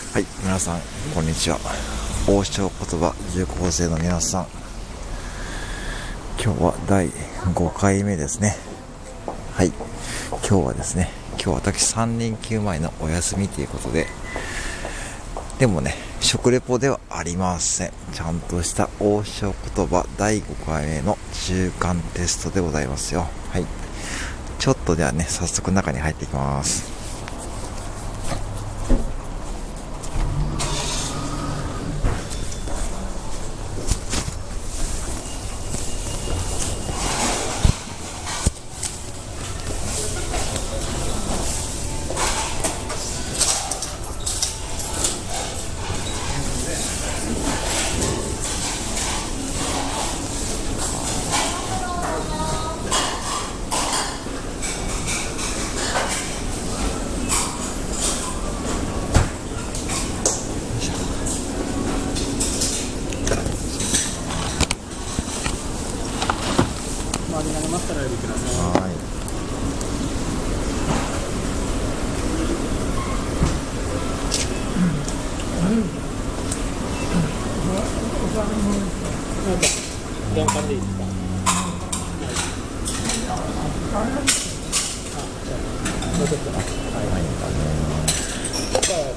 はい、皆さんこんにちは。王将言葉受講生の皆さん、今日は第5回目ですね。はい、今日は私3連休前のお休みということで、でもね、食レポではありません。ちゃんとした王将言葉第5回目の中間テストでございますよ。はい、ちょっとではね、早速中に入っていきます。 周りになりましたらお呼びください。 はい。 4巻でいいですか？もうちょっとな。はい。じゃあ、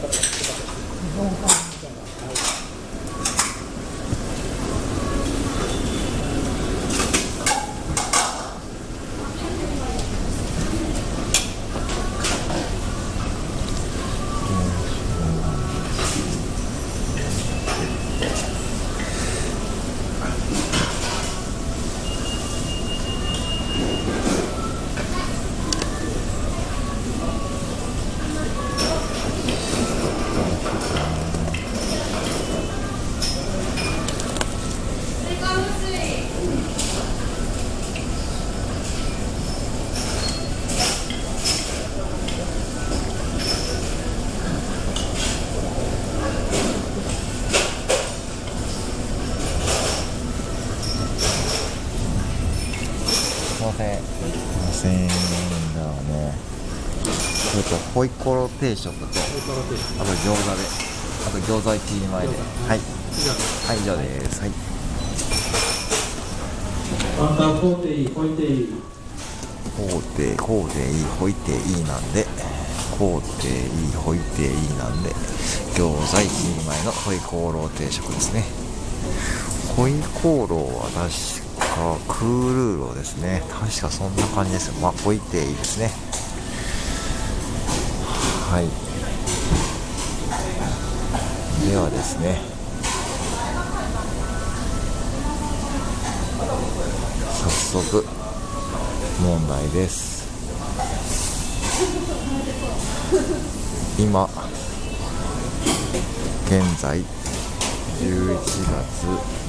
すいません。すいません。だね。ホイコロ定食と、あと餃子で、あと餃子1人前で。はい。はい、以上です。はい。 ワンタン買うていい、置いていい。 こうでいい、ほいていいなんで、こうでいい、ほいていいなんで、餃子1人前のホイコーロー定食ですね。ホイコーローは確かクールーローですね。確かそんな感じですよ。まあ、ほいていいですね。はい。ではですね、早速問題です。今現在11月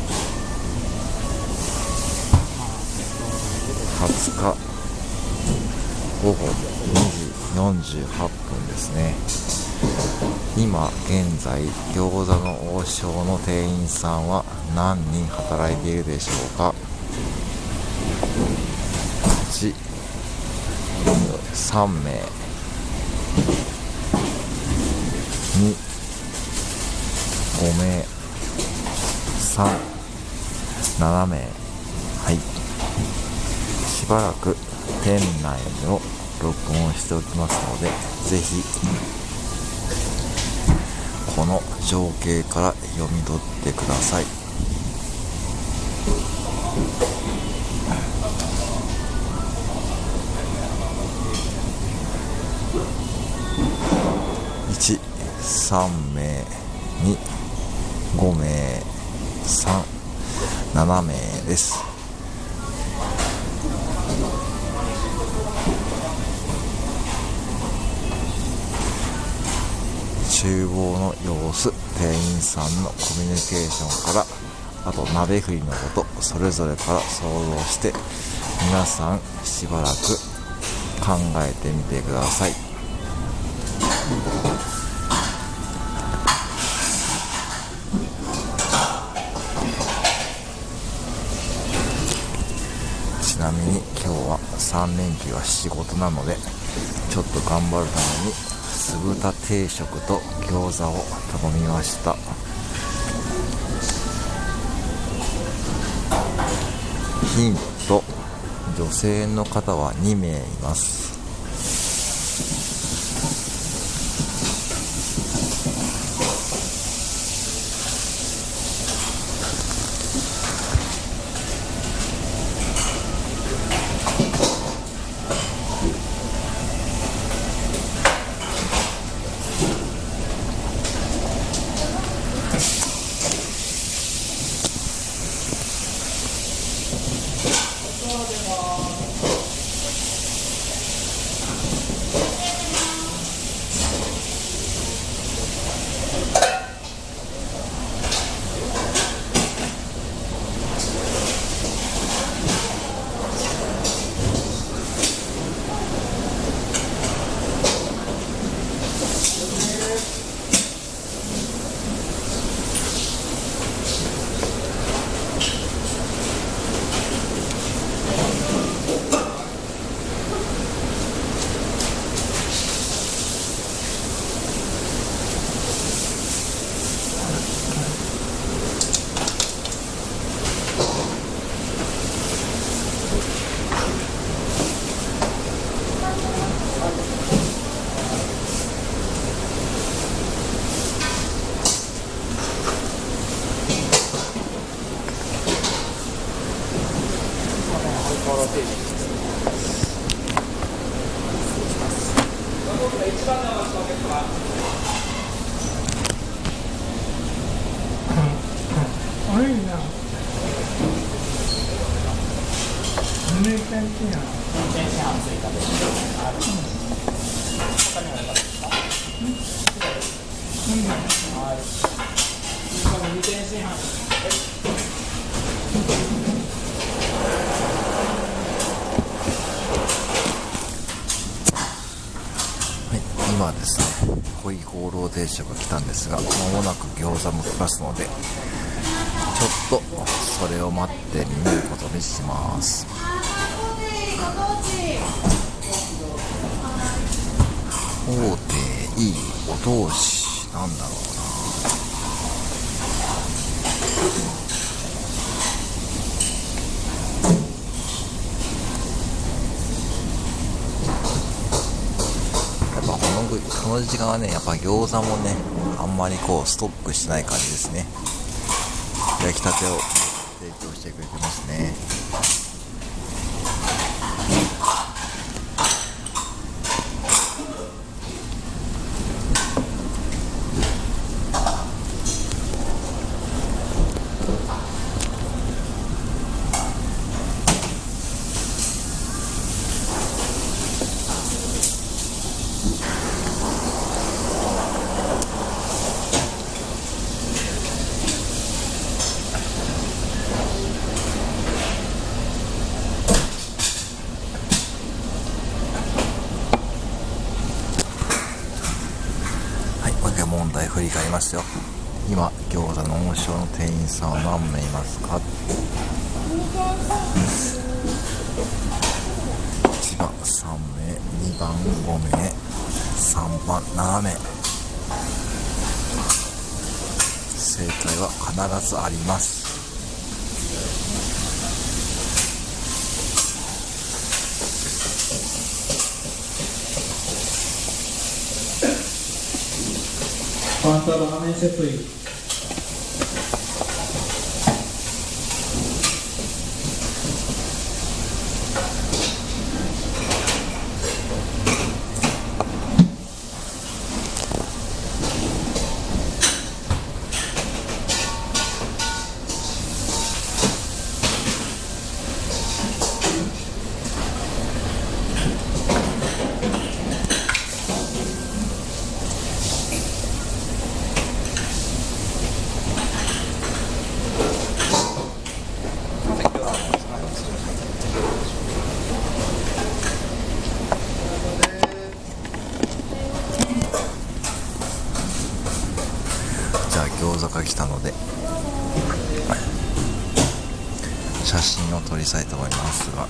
20日午後2時48分ですね。今現在餃子の王将の店員さんは何人働いているでしょうか。1、3名、2、5名、3、7名。はい。しばらく店内を録音しておきますので、ぜひこの情景から読み取ってください。1、3名、2、5名、3、7名です。厨房の様子、店員さんのコミュニケーションから、あと鍋振りのこと、それぞれから想像して皆さんしばらく考えてみてください。ちなみに今日は3連休は仕事なので、ちょっと頑張るために酢豚定食と餃子を頼みました。ヒント、女性の方は2名います。今ですね、ホイコーロー定食が来たんですが、間もなく餃子も来ますので、ちょっとそれを待ってみることにします。大手いいお通しなんだろうな。この時間はね、やっぱ餃子もね、あんまりこうストックしてない感じですね。焼きたてを提供してくれてますね。問題振り返りますよ。今餃子の王将の店員さんは何名いますか。1番3名、2番5名、3番7名。正解は必ずあります。 パンとラーメンセットいい。 餃子が来たので写真を撮りたいと思いますが、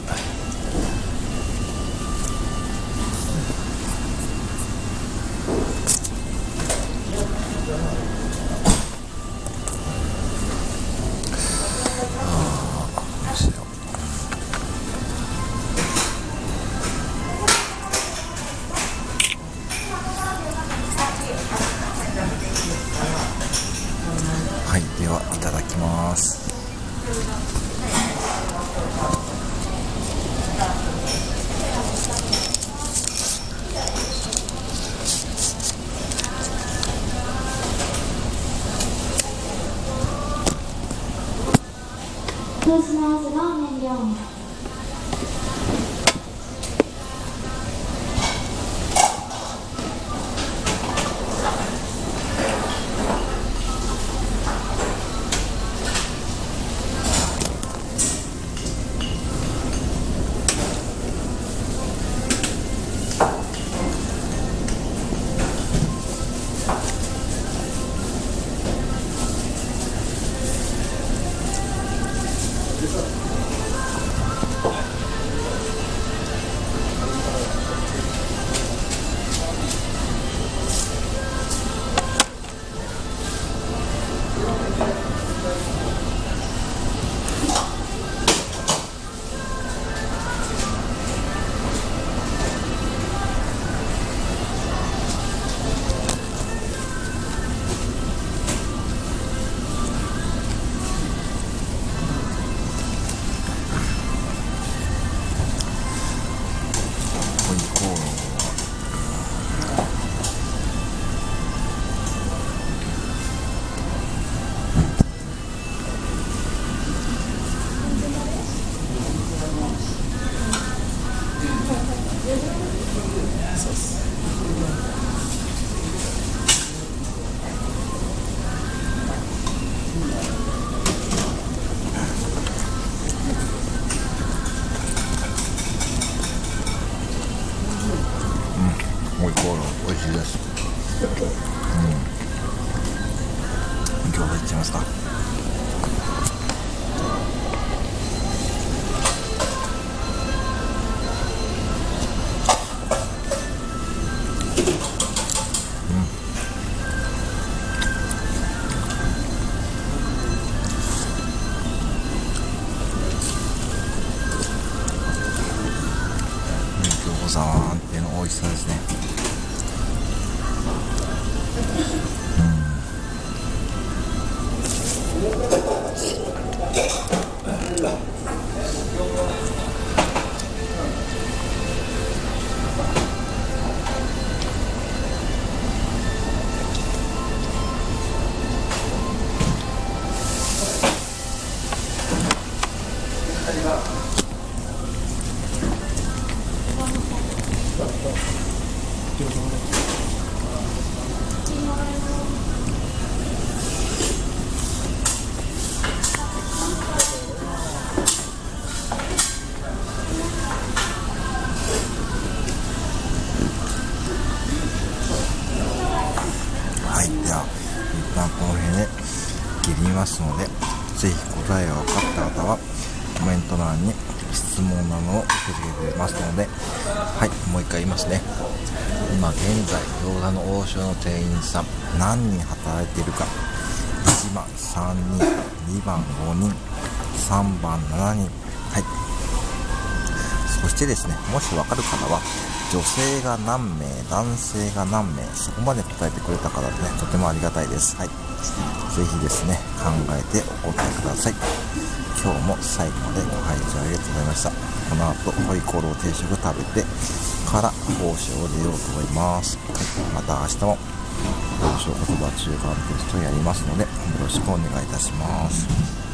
ます。 失礼します。ラーメン4。 もう一個美味しいです。餃子いっちゃいますか。餃子は安定の美味しさですね。はい、では一旦この辺で切りますので、ぜひ答えが分かった方はコメント欄に質問などを受け付けてますので、はい、もう一回言いますね。今現在餃子の王将の店員さん何人働いているか。1番3人、2番5人、3番7人。はい、そしてですね、もし分かる方は女性が何名、男性が何名、そこまで答えてくれた方ですね、とてもありがたいです。はい、ぜひですね、考えてお答えください。今日も最後までご拝聴ありがとうございました。この後ホイコーロー定食食べてから王将を出ようと思います。はい、また明日も王将言葉中間テストやりますのでよろしくお願いいたします。